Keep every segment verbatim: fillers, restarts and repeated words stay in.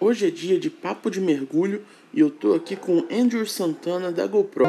Hoje é dia de papo de mergulho e eu tô aqui com o Andrew Santana da GoPro.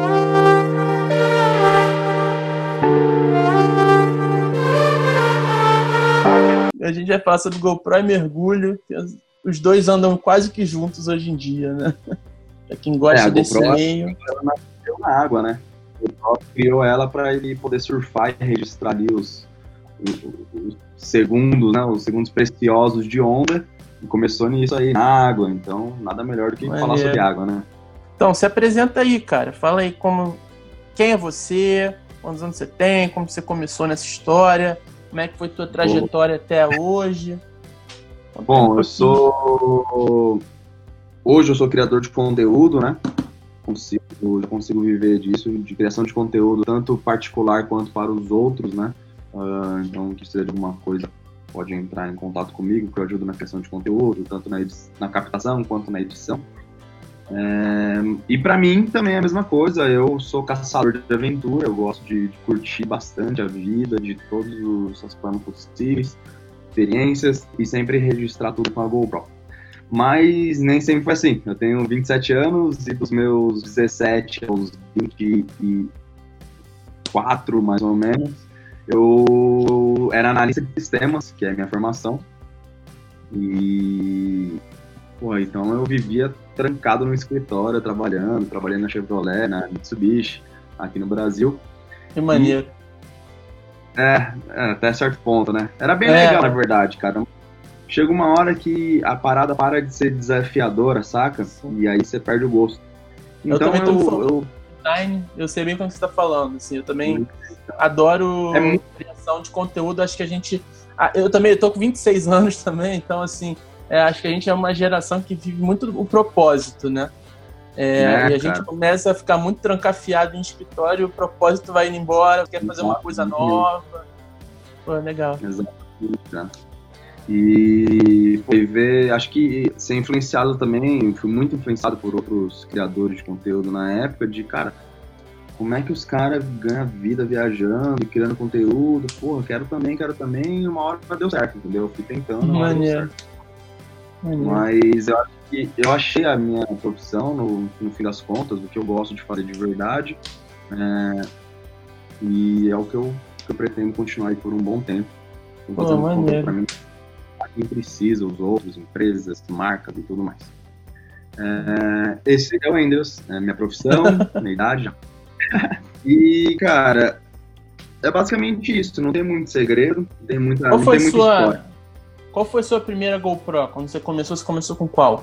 A gente vai falar sobre GoPro e mergulho, que os dois andam quase que juntos hoje em dia, né? Pra quem gosta é, desse GoPro, meio... Ela nasceu na água, né? O GoPro criou ela para ele poder surfar e registrar ali os, os, os segundos, né? Os segundos preciosos de onda. E começou nisso aí, na água. Então, nada melhor do que Maneiro. falar sobre água, né? Então, se apresenta aí, cara. Fala aí como... quem é você, quantos anos você tem, como você começou nessa história, como é que foi tua trajetória Bom. até hoje. Conta Bom, um eu sou... Hoje eu sou criador de conteúdo, né? Consigo, eu consigo viver disso, de criação de conteúdo, tanto particular quanto para os outros, né? Uh, então, que precisa de alguma coisa, pode entrar em contato comigo, que eu ajudo na criação de conteúdo, tanto na, edição, na captação quanto na edição. É, e para mim também é a mesma coisa, eu sou caçador de aventura, eu gosto de, de curtir bastante a vida, de todas as formas possíveis, experiências, e sempre registrar tudo com a GoPro. Mas nem sempre foi assim. Eu tenho vinte e sete anos e dos meus dezessete aos vinte e quatro, mais ou menos, eu era analista de sistemas, que é a minha formação. E, pô, então eu vivia trancado no escritório, trabalhando, trabalhando na Chevrolet, na Mitsubishi, aqui no Brasil. Que maneiro. E, é, é, até certo ponto, né? Era bem é. legal, na verdade, cara. Chega uma hora que a parada para de ser desafiadora, saca? Sim. E aí você perde o gosto. Então eu também tô eu, eu... design, eu sei bem como você tá falando, assim, eu também Sim. adoro é muito... criação de conteúdo, acho que a gente... Eu também eu tô com vinte e seis anos também, então assim, é, acho que a gente é uma geração que vive muito o propósito, né? É, é, e a cara. gente começa a ficar muito trancafiado em escritório, o propósito vai indo embora, quer fazer uma coisa nova. Pô, legal. Exatamente. E foi ver, acho que ser influenciado também, fui muito influenciado por outros criadores de conteúdo na época, de, cara, como é que os caras ganham vida viajando, criando conteúdo, porra, quero também, quero também, e uma hora deu certo, entendeu? Eu fui tentando, uma hora deu certo. Maneiro. Mas eu acho que eu achei a minha profissão, no, no fim das contas, o que eu gosto de fazer de verdade, é, e é o que eu, que eu pretendo continuar aí por um bom tempo. Pô, maneiro. Pra mim, quem precisa, os outros, empresas, marcas e tudo mais. É, esse é o Andrews, é minha profissão, minha idade. E, cara, é basicamente isso, não tem muito segredo, não tem muita, qual não foi tem muita sua, história. Qual foi sua primeira GoPro? Quando você começou, você começou com qual?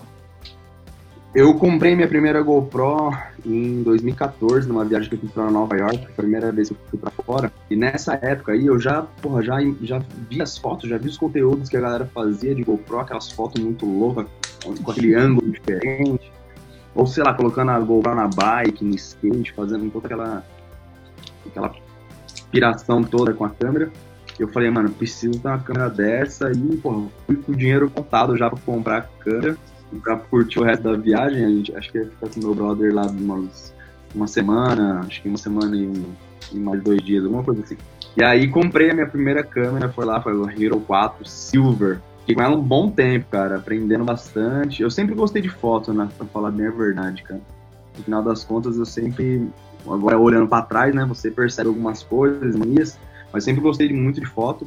Eu comprei minha primeira GoPro em dois mil e quatorze, numa viagem que eu fiz para Nova York, foi a primeira vez que eu fui para fora. E nessa época aí eu já, porra, já, já vi as fotos, já vi os conteúdos que a galera fazia de GoPro, aquelas fotos muito loucas, com aquele ângulo diferente. Ou sei lá, colocando a GoPro na bike, no skate, fazendo toda aquela, aquela piração toda com a câmera. Eu falei, mano, preciso de uma câmera dessa e, porra, fui com o dinheiro contado já para comprar a câmera. Pra curtir o resto da viagem, a gente, acho que ia ficar com o meu brother lá umas, uma semana, acho que uma semana e, um, e mais dois dias, alguma coisa assim. E aí comprei a minha primeira câmera, foi lá, foi o Hero quatro Silver. Fiquei com ela um bom tempo, cara, aprendendo bastante. Eu sempre gostei de foto, né, pra falar bem a verdade, cara. No final das contas, eu sempre, agora olhando pra trás, né, você percebe algumas coisas, manias, mas sempre gostei muito de foto.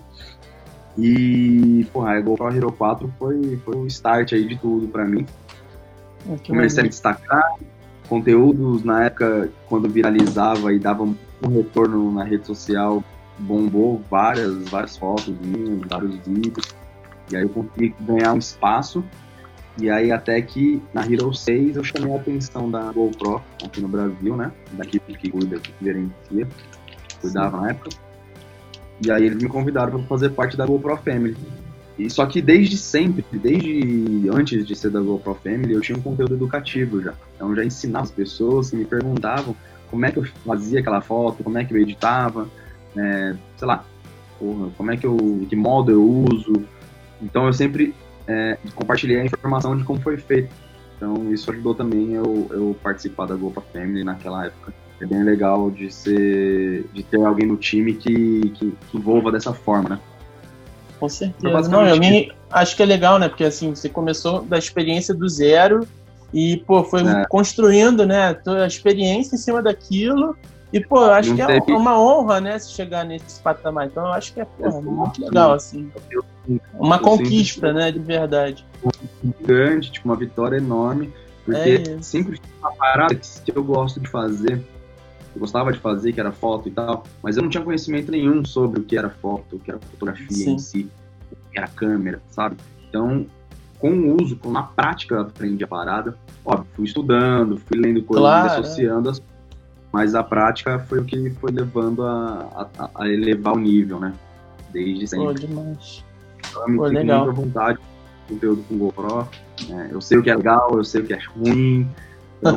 E, porra, a GoPro Hero quatro foi, foi o start aí de tudo pra mim. Ah, comecei a destacar conteúdos na época, quando viralizava e dava um retorno na rede social, bombou várias, várias fotos minhas, vários vídeos. E aí eu consegui ganhar um espaço. E aí até que na Hero seis eu chamei a atenção da GoPro aqui no Brasil, né? Da equipe que cuida, que gerencia, cuidava Sim. na época. E aí eles me convidaram para fazer parte da GoPro Family. E só que desde sempre, desde antes de ser da GoPro Family, eu tinha um conteúdo educativo já. Então eu já ensinava as pessoas que me perguntavam como é que eu fazia aquela foto, como é que eu editava, é, sei lá, porra, como é que eu, que modo eu uso. Então eu sempre é, compartilhei a informação de como foi feito. Então isso ajudou também eu, eu participar da GoPro Family naquela época. É bem legal de ser, de ter alguém no time que, que, que envolva dessa forma, né? Com certeza. Não, a, minha, acho que é legal, né? Porque assim, você começou da experiência do zero e, pô, foi é. construindo, né, a experiência em cima daquilo. E, pô, eu acho não que é teve... uma honra, né, se chegar nesse patamar. Então, eu acho que é, porra, muito legal, assim. Uma eu conquista, né, de verdade. Grande, tipo, uma vitória enorme. Porque é sempre uma parada que eu gosto de fazer, eu gostava de fazer, que era foto e tal, mas eu não tinha conhecimento nenhum sobre o que era foto, o que era fotografia Sim. em si, o que era câmera, sabe? Então, com o uso, com a prática, eu aprendi a parada. Óbvio, fui estudando, fui lendo coisas, claro, associando, é. mas a prática foi o que foi levando a, a, a elevar o nível, né? Desde sempre. Pô, demais. Então, eu me Pô, legal. muita vontade de conteúdo com GoPro. É, eu sei o que é legal, eu sei o que é ruim. Então,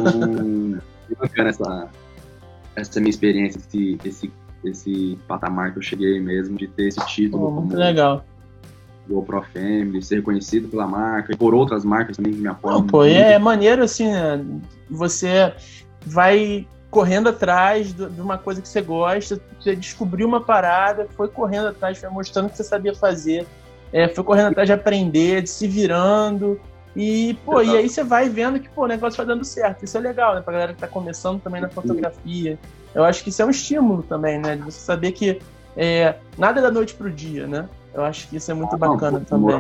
é bacana essa, essa minha experiência, esse, esse, esse patamar que eu cheguei mesmo, de ter esse título. Pô, muito como legal. GoPro Family, ser reconhecido pela marca e por outras marcas também que me apoiam. Não, pô, e é maneiro assim, né? Você vai correndo atrás de uma coisa que você gosta, você descobriu uma parada, foi correndo atrás, foi mostrando o que você sabia fazer, é, foi correndo atrás de aprender, de se virando. E, pô, Exato. E aí você vai vendo que, pô, o negócio vai dando certo. Isso é legal, né? Pra galera que tá começando também na fotografia. Eu acho que isso é um estímulo também, né? De você saber que é, nada é da noite pro dia, né? Eu acho que isso é muito ah, bacana não, também.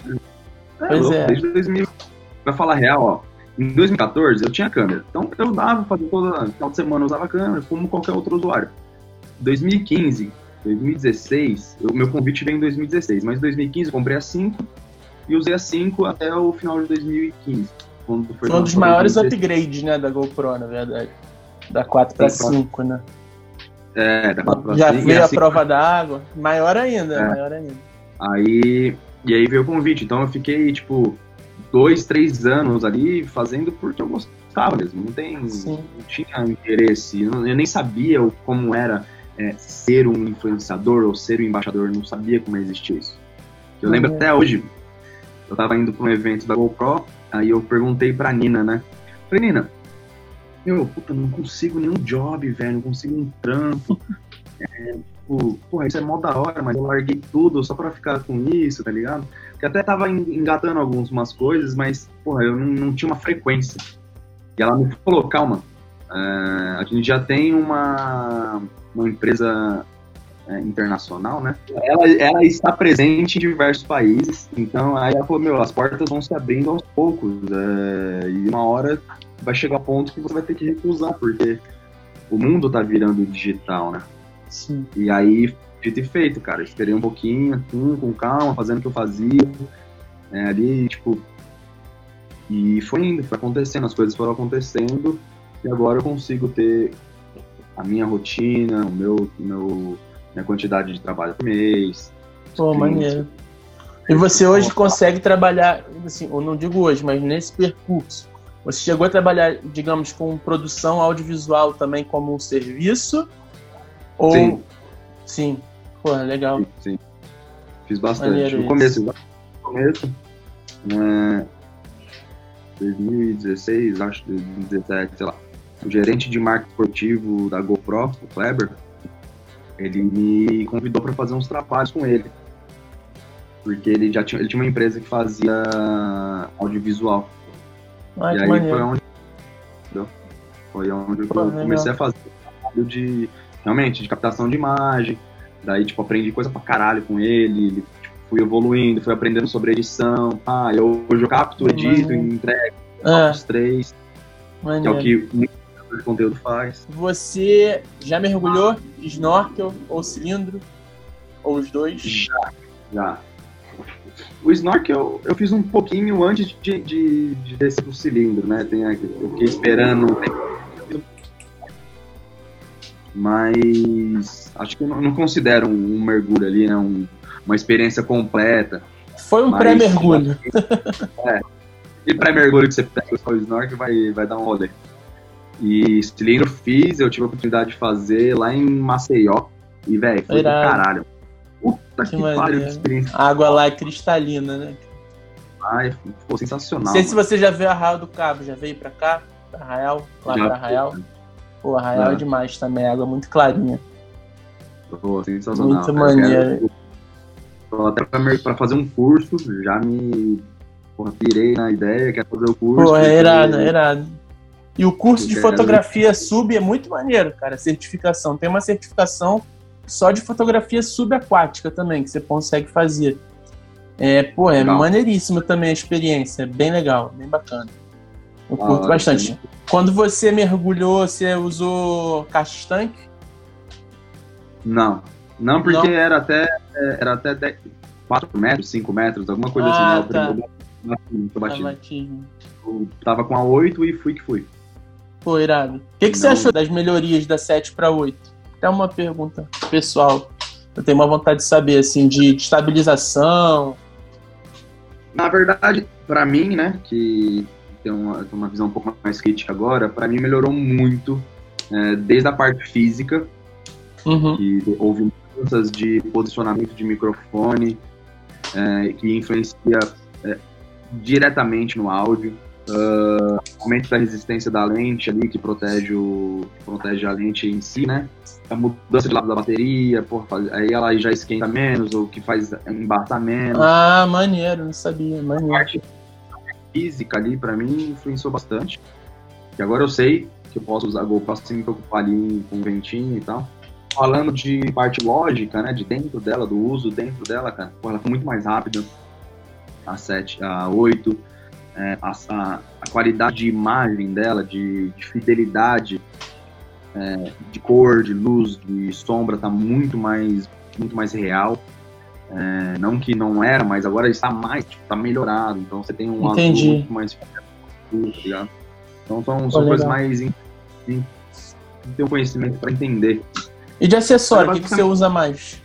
É, pois é. Desde dois mil, pra falar real, ó, em dois mil e quatorze eu tinha câmera. Então eu usava, fazia toda final de semana eu usava câmera, como qualquer outro usuário. dois mil e quinze, dois mil e dezesseis, o meu convite veio em dois mil e dezesseis, mas em dois mil e quinze eu comprei a cinco e usei a cinco até o final de dois mil e quinze. Quando foi um dos maiores upgrades, né, da GoPro, na verdade. Da quatro para cinco, né? É, da quatro para Já cinco. veio a cinco... prova d'água. Maior ainda, é. maior ainda. Aí, e aí veio o convite. Então eu fiquei, tipo, dois, três anos ali fazendo porque eu gostava mesmo. Não, tem, não tinha interesse. Eu nem sabia como era é, ser um influenciador ou ser um embaixador. Não sabia como existia isso. Eu lembro uhum. até hoje. Eu tava indo pra um evento da GoPro, aí eu perguntei pra Nina, né? Falei, Nina, eu, puta, não consigo nenhum job, velho, não consigo um trampo. É, tipo, porra, isso é mó da hora, mas eu larguei tudo só pra ficar com isso, tá ligado? Porque até tava engatando algumas coisas, mas, porra, eu não, não tinha uma frequência. E ela me falou, calma, uh, a gente já tem uma, uma empresa... É, internacional, né? Ela, ela está presente em diversos países, então aí ela falou, meu, as portas vão se abrindo aos poucos, é, e uma hora vai chegar ao ponto que você vai ter que recusar, porque o mundo tá virando digital, né? Sim. E aí, dito e feito, cara, eu esperei um pouquinho, assim, com calma, fazendo o que eu fazia, é, ali, tipo, e foi indo, foi acontecendo, as coisas foram acontecendo, e agora eu consigo ter a minha rotina, o meu, meu minha quantidade de trabalho por mês. Pô, maneiro. E você hoje consegue trabalhar, assim, eu não digo hoje, mas nesse percurso, você chegou a trabalhar, digamos, com produção audiovisual também como um serviço? Ou... Sim. Sim. Pô, legal. Sim, sim. Fiz bastante. Maneiro no começo, no começo, né, dois mil e dezesseis, acho, dois mil e dezessete, sei lá, o gerente de marketing esportivo da GoPro, o Kleber, ele me convidou para fazer uns trabalhos com ele, porque ele já tinha, ele tinha uma empresa que fazia audiovisual. Ah, e que aí maneiro. foi onde, entendeu? Foi onde Pô, eu comecei legal. a fazer trabalho de, realmente, de captação de imagem. Daí, tipo, aprendi coisa pra caralho com ele, ele tipo, fui evoluindo, fui aprendendo sobre edição. Ah, eu, hoje eu capto, edito e entrego é. os três, que é o que de conteúdo faz. Você já mergulhou de snorkel ou cilindro? Ou os dois? Já, já. O snorkel eu fiz um pouquinho antes de, de, de descer pro cilindro, né? Tem, eu fiquei esperando. Mas acho que eu não, não considero um, um mergulho ali, né? Um, uma experiência completa. Foi um mas, pré-mergulho. É. E pré-mergulho que você pega o snorkel vai, vai dar um rolê. E cilindro fiz, eu tive a oportunidade de fazer lá em Maceió. E, velho, foi do caralho. Puta que, que pariu de experiência. A água lá é cristalina, né? Ai, ficou sensacional. Não sei mano. se você já veio Arraial do Cabo, já veio pra cá? Pra Arraial? Lá já pra Arraial? Foi. Pô, Arraial é. é demais também, a água é muito clarinha. Pô, sensacional. Muito maneiro. Quero... Tô até pra, pra fazer um curso, já me porra, pirei na ideia, quero fazer o curso. Pô, é irado, é irado. E o curso de quero... fotografia sub é muito maneiro, cara, certificação. Tem uma certificação só de fotografia subaquática também, que você consegue fazer. É, pô, é legal. Maneiríssimo também a experiência, é bem legal, bem bacana. Eu curto ah, bastante. Sim. Quando você mergulhou, você usou caixa estanque? Não, não porque não. era até, era até quatro metros, cinco metros, alguma coisa ah, assim. Tá. Eu, eu, bati. eu tava com a oito e fui que fui. Pô, irado. O que, que você achou das melhorias da sete para oito? Até uma pergunta pessoal. Eu tenho uma vontade de saber, assim, de estabilização. Na verdade, para mim, né, que tem uma, tem uma visão um pouco mais crítica agora, para mim melhorou muito, é, desde a parte física, uhum. que houve mudanças de posicionamento de microfone, é, que influencia é, diretamente no áudio, uh, aumento da resistência da lente ali, que protege, o, protege a lente em si, né, a mudança de lado da bateria, porra, aí ela já esquenta menos, ou que faz embaçar menos. Ah, maneiro, não sabia, maneiro. A parte física ali, pra mim, influenciou bastante. E agora eu sei que eu posso usar a GoPro sem me preocupar ali com o ventinho e tal. Falando de parte lógica, né, de dentro dela, do uso dentro dela, cara, porra, ela foi muito mais rápida. A sete, a oito, é, a, a, a qualidade de imagem dela, de, de fidelidade, É, de cor, de luz, de sombra, tá muito mais, muito mais real. É, não que não era, mas agora está mais, tipo, tá melhorado. Então você tem um Entendi. azul muito mais azul, tá ligado? Então são, são coisas mais em, em, em ter um conhecimento para entender. E de acessório, o que, que você usa mais?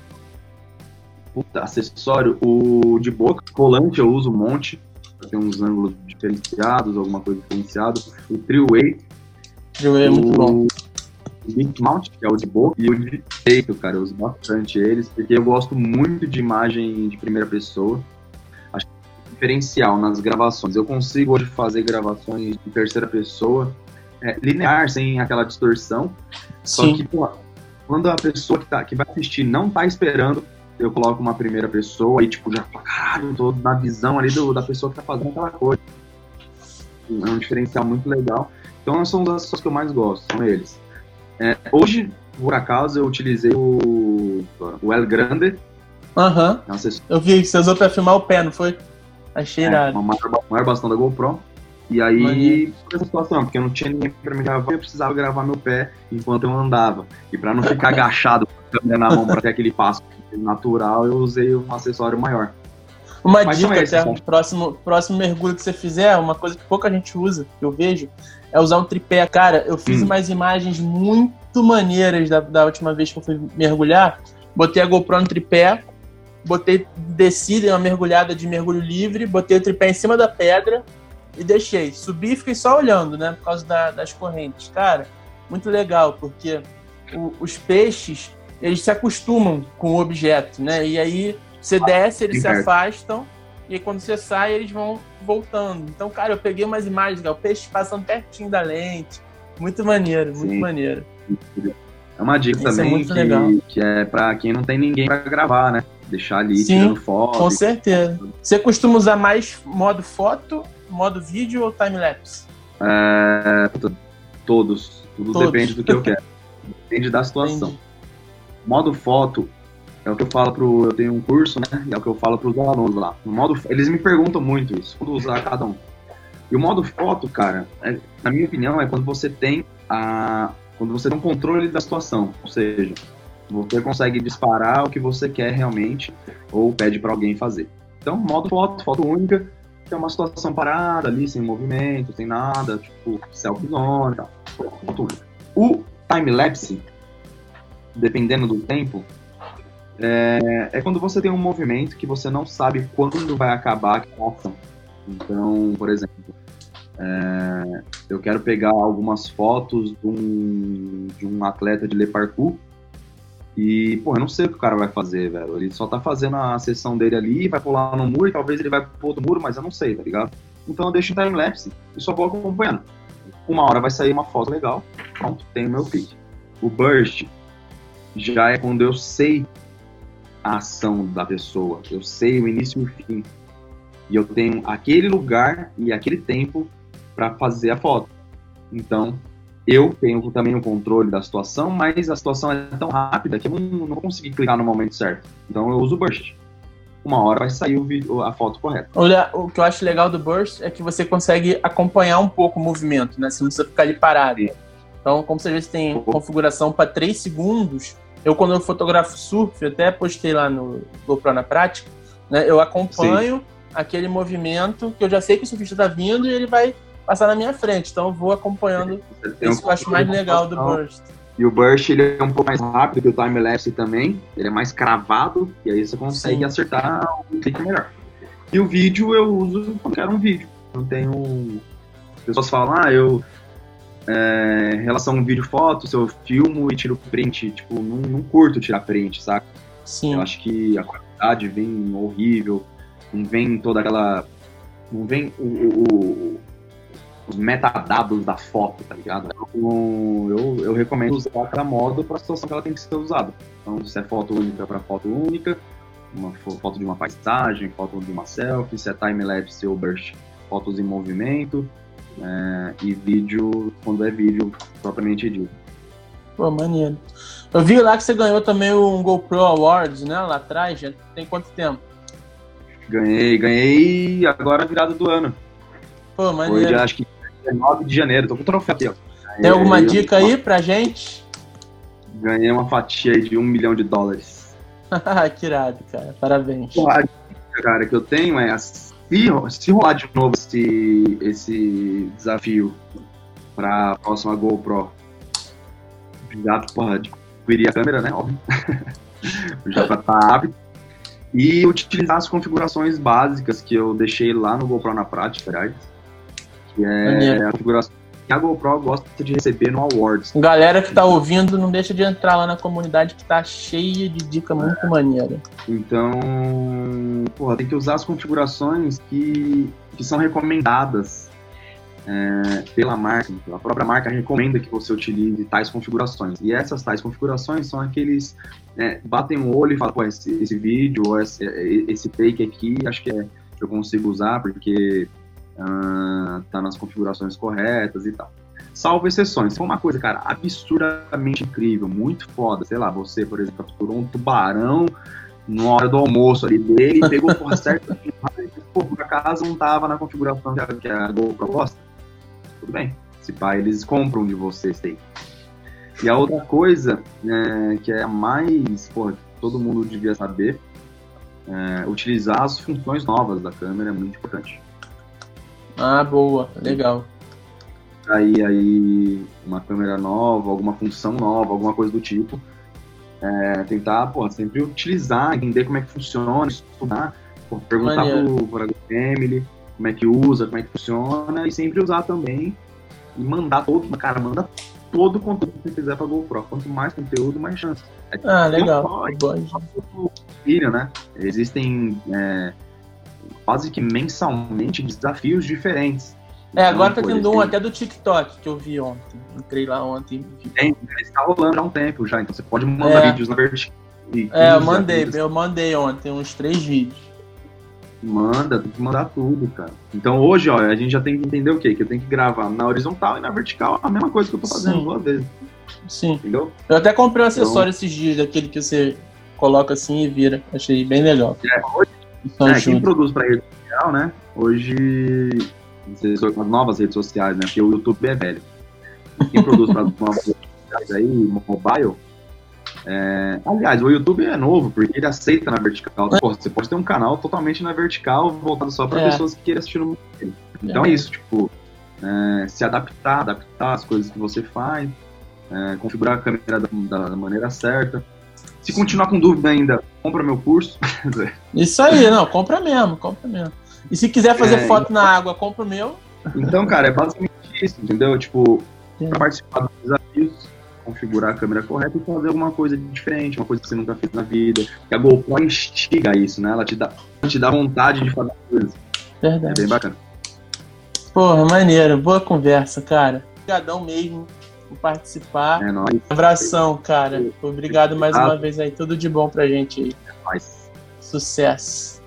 Puta, acessório, o de boca, colante eu uso um monte, pra ter uns ângulos diferenciados, alguma coisa diferenciada. O three-way. Three-way é muito bom. O Link Mount, que é o de boca, e o de peito, cara, eu uso bastante eles, porque eu gosto muito de imagem de primeira pessoa. Acho que é diferencial nas gravações. Eu consigo hoje fazer gravações de terceira pessoa, é, linear, sem aquela distorção. Só Sim. que, pô, quando a pessoa que, tá, que vai assistir não tá esperando, eu coloco uma primeira pessoa e, tipo, já, caralho, tô na visão ali do, da pessoa que tá fazendo aquela coisa. É um diferencial muito legal. Então, são as acessórios que eu mais gosto, são eles. É, hoje, por acaso, eu utilizei o, o El Grande. Aham. Uhum. Eu vi que você usou pra filmar o pé, não foi? Achei irado. É, uma maior, maior bastão da GoPro. E aí, foi essa situação, porque eu não tinha ninguém pra me gravar, eu precisava gravar meu pé enquanto eu andava. E pra não ficar agachado com a câmera na mão pra ter aquele passo natural, eu usei um acessório maior. Uma Mas dica, até o próximo, próximo mergulho que você fizer, uma coisa que pouca gente usa, que eu vejo, é usar um tripé. Cara, eu fiz hum. umas imagens muito maneiras da, da última vez que eu fui mergulhar. Botei a GoPro no tripé, botei, desci, dei uma mergulhada de mergulho livre, botei o tripé em cima da pedra e deixei. Subi e fiquei só olhando, né, por causa da, das correntes. Cara, muito legal, porque o, os peixes, eles se acostumam com o objeto, né, e aí você desce, eles se afastam, e aí quando você sai, eles vão voltando. Então, cara, eu peguei umas imagens, cara, o peixe passando pertinho da lente. Muito maneiro, muito Sim. maneiro. É uma dica Isso também é que, que é pra quem não tem ninguém pra gravar, né? Deixar ali, Sim, tirando foto. Com certeza. Você costuma usar mais modo foto, modo vídeo ou time-lapse? É, todos. Tudo todos. Depende do que eu quero. Depende da situação. Entendi. Modo foto... É o que eu falo pro... Eu tenho um curso, né? E é o que eu falo pros alunos lá. No modo, eles me perguntam muito isso, quando usar cada um. E o modo foto, cara, é, na minha opinião, é quando você tem a... Quando você tem um controle da situação. Ou seja, você consegue disparar o que você quer realmente ou pede pra alguém fazer. Então, modo foto, foto única, que é uma situação parada ali, sem movimento, sem nada, tipo, selfie zone e tal. Foto única. O time-lapse, dependendo do tempo, É, é quando você tem um movimento que você não sabe quando vai acabar a ação. Então, por exemplo, é, eu quero pegar algumas fotos de um, de um atleta de Le Parkour e, pô, eu não sei o que o cara vai fazer, velho. Ele só tá fazendo a sessão dele ali, vai pular no muro e talvez ele vai pro outro muro, mas eu não sei, tá ligado? Então eu deixo em time-lapse e só vou acompanhando. Uma hora vai sair uma foto legal, pronto, tem o meu pique. O burst já é quando eu sei a ação da pessoa, eu sei o início e o fim. E eu tenho aquele lugar e aquele tempo para fazer a foto. Então, eu tenho também o controle da situação, mas a situação é tão rápida que eu não, não vou conseguir clicar no momento certo. Então, eu uso o Burst. Uma hora vai sair o vídeo, a foto correta. Olha, o que eu acho legal do Burst é que você consegue acompanhar um pouco o movimento, né? Você não precisa ficar ali parado. Sim. Então, como você vê, você tem configuração para três segundos. Eu, quando eu fotografo surf, eu até postei lá no GoPro na prática, né? Eu acompanho Sim. aquele movimento que eu já sei que o surfista está vindo e ele vai passar na minha frente. Então, eu vou acompanhando. Isso um que eu acho mais legal do Burst. E o Burst, ele é um pouco mais rápido que o time-lapse também. Ele é mais cravado, e aí você consegue Sim. acertar um clique melhor. E o vídeo eu uso quando quero um vídeo. Não tenho... As pessoas falam, ah, eu... É, em relação a um vídeo-foto, se eu filmo e tiro print, tipo, não, não curto tirar print, saca? Sim. Eu acho que a qualidade vem horrível, não vem toda aquela... Não vem o... o, o os metadados da foto, tá ligado? Então, eu, eu recomendo usar cada modo para a situação que ela tem que ser usada. Então, se é foto única para foto única, uma foto de uma paisagem, foto de uma selfie, se é time-lapse ou burst, fotos em movimento, é, e vídeo, quando é vídeo propriamente dito. Pô, maneiro. Eu vi lá que você ganhou também um GoPro Awards, né, lá atrás, já tem quanto tempo? Ganhei, ganhei agora virada do ano. Pô, maneiro. Foi, acho que nove de janeiro, tô com o troféu aqui, ó. Tem alguma dica aí pra gente? Ganhei uma fatia aí de um milhão de dólares. Que irado, cara. Parabéns. Pô, a dica, cara, que eu tenho é se, se rolar de novo esse, esse desafio pra próxima GoPro, já, porra, adquirir a câmera, né? Óbvio. Já pra estar hábito. E utilizar as configurações básicas que eu deixei lá no GoPro na prática, aliás. Que é a configuração que a GoPro gosta de receber no Awards. Galera que tá ouvindo, não deixa de entrar lá na comunidade que tá cheia de dica muito é. maneira. Então, porra, tem que usar as configurações que, que são recomendadas é, pela marca. A própria marca recomenda que você utilize tais configurações. E essas tais configurações são aqueles... É, batem o olho e falam, pô, esse, esse vídeo ou esse, esse take aqui, acho que é, eu consigo usar porque... Uh, tá nas configurações corretas e tal. Salvo exceções. Se for uma coisa, cara, absurdamente incrível, muito foda, sei lá, você, por exemplo, capturou um tubarão na hora do almoço ali dele e pegou porra certo, pô, por acaso não tava na configuração que a, que a GoPro gosta. Tudo bem. Se pá, eles compram de você esse aí. E a outra coisa, é, que é a mais, porra, que todo mundo devia saber, é, utilizar as funções novas da câmera é muito importante. Ah, boa, legal. Aí, aí, uma câmera nova, alguma função nova, alguma coisa do tipo. É, tentar, porra, sempre utilizar, entender como é que funciona, estudar, porra, perguntar pro, pro Emily como é que usa, como é que funciona, e sempre usar também e mandar todo, cara, manda todo o conteúdo que você quiser pra GoPro. Quanto mais conteúdo, mais chance. É, ah, legal. Um filho, né? Existem... É, quase que mensalmente desafios diferentes. É, agora então, tá tendo um até do TikTok que eu vi ontem. Entrei lá ontem. Tem, está rolando há um tempo já, então você pode mandar é. vídeos na vertical. É, eu mandei, eu mandei ontem uns três vídeos. Manda, tem que mandar tudo, cara. Então hoje, ó, a gente já tem que entender o quê? Que eu tenho que gravar na horizontal e na vertical a mesma coisa que eu tô fazendo Sim. duas vezes. Sim. Entendeu? Eu até comprei um acessório então, esses dias, daquele que você coloca assim e vira. Achei bem legal. É, hoje É, quem produz para rede social, né? Hoje, as novas redes sociais, né? Porque o YouTube é velho. Quem produz para novas redes sociais aí, mobile, é... aliás, o YouTube é novo, porque ele aceita na vertical. Pô, você pode ter um canal totalmente na vertical, voltado só para é. pessoas que queiram assistir no YouTube. Então é, é isso, tipo, é, se adaptar, adaptar as coisas que você faz, é, configurar a câmera da, da maneira certa. Se continuar com dúvida ainda, compra meu curso. Isso aí, não, compra mesmo, compra mesmo. E se quiser fazer é, foto então, na água, compra o meu. Então, cara, é basicamente isso, entendeu? Tipo, é. pra participar dos desafios, configurar a câmera correta e fazer alguma coisa diferente, uma coisa que você nunca fez na vida. E a GoPro instiga isso, né? Ela te dá, te dá vontade de fazer coisas. Verdade. É bem bacana. Porra, maneiro, boa conversa, cara. Obrigadão mesmo por participar. É nóis. Abração, cara. Obrigado mais uma vez aí. Tudo de bom pra gente aí. É nóis. Sucesso.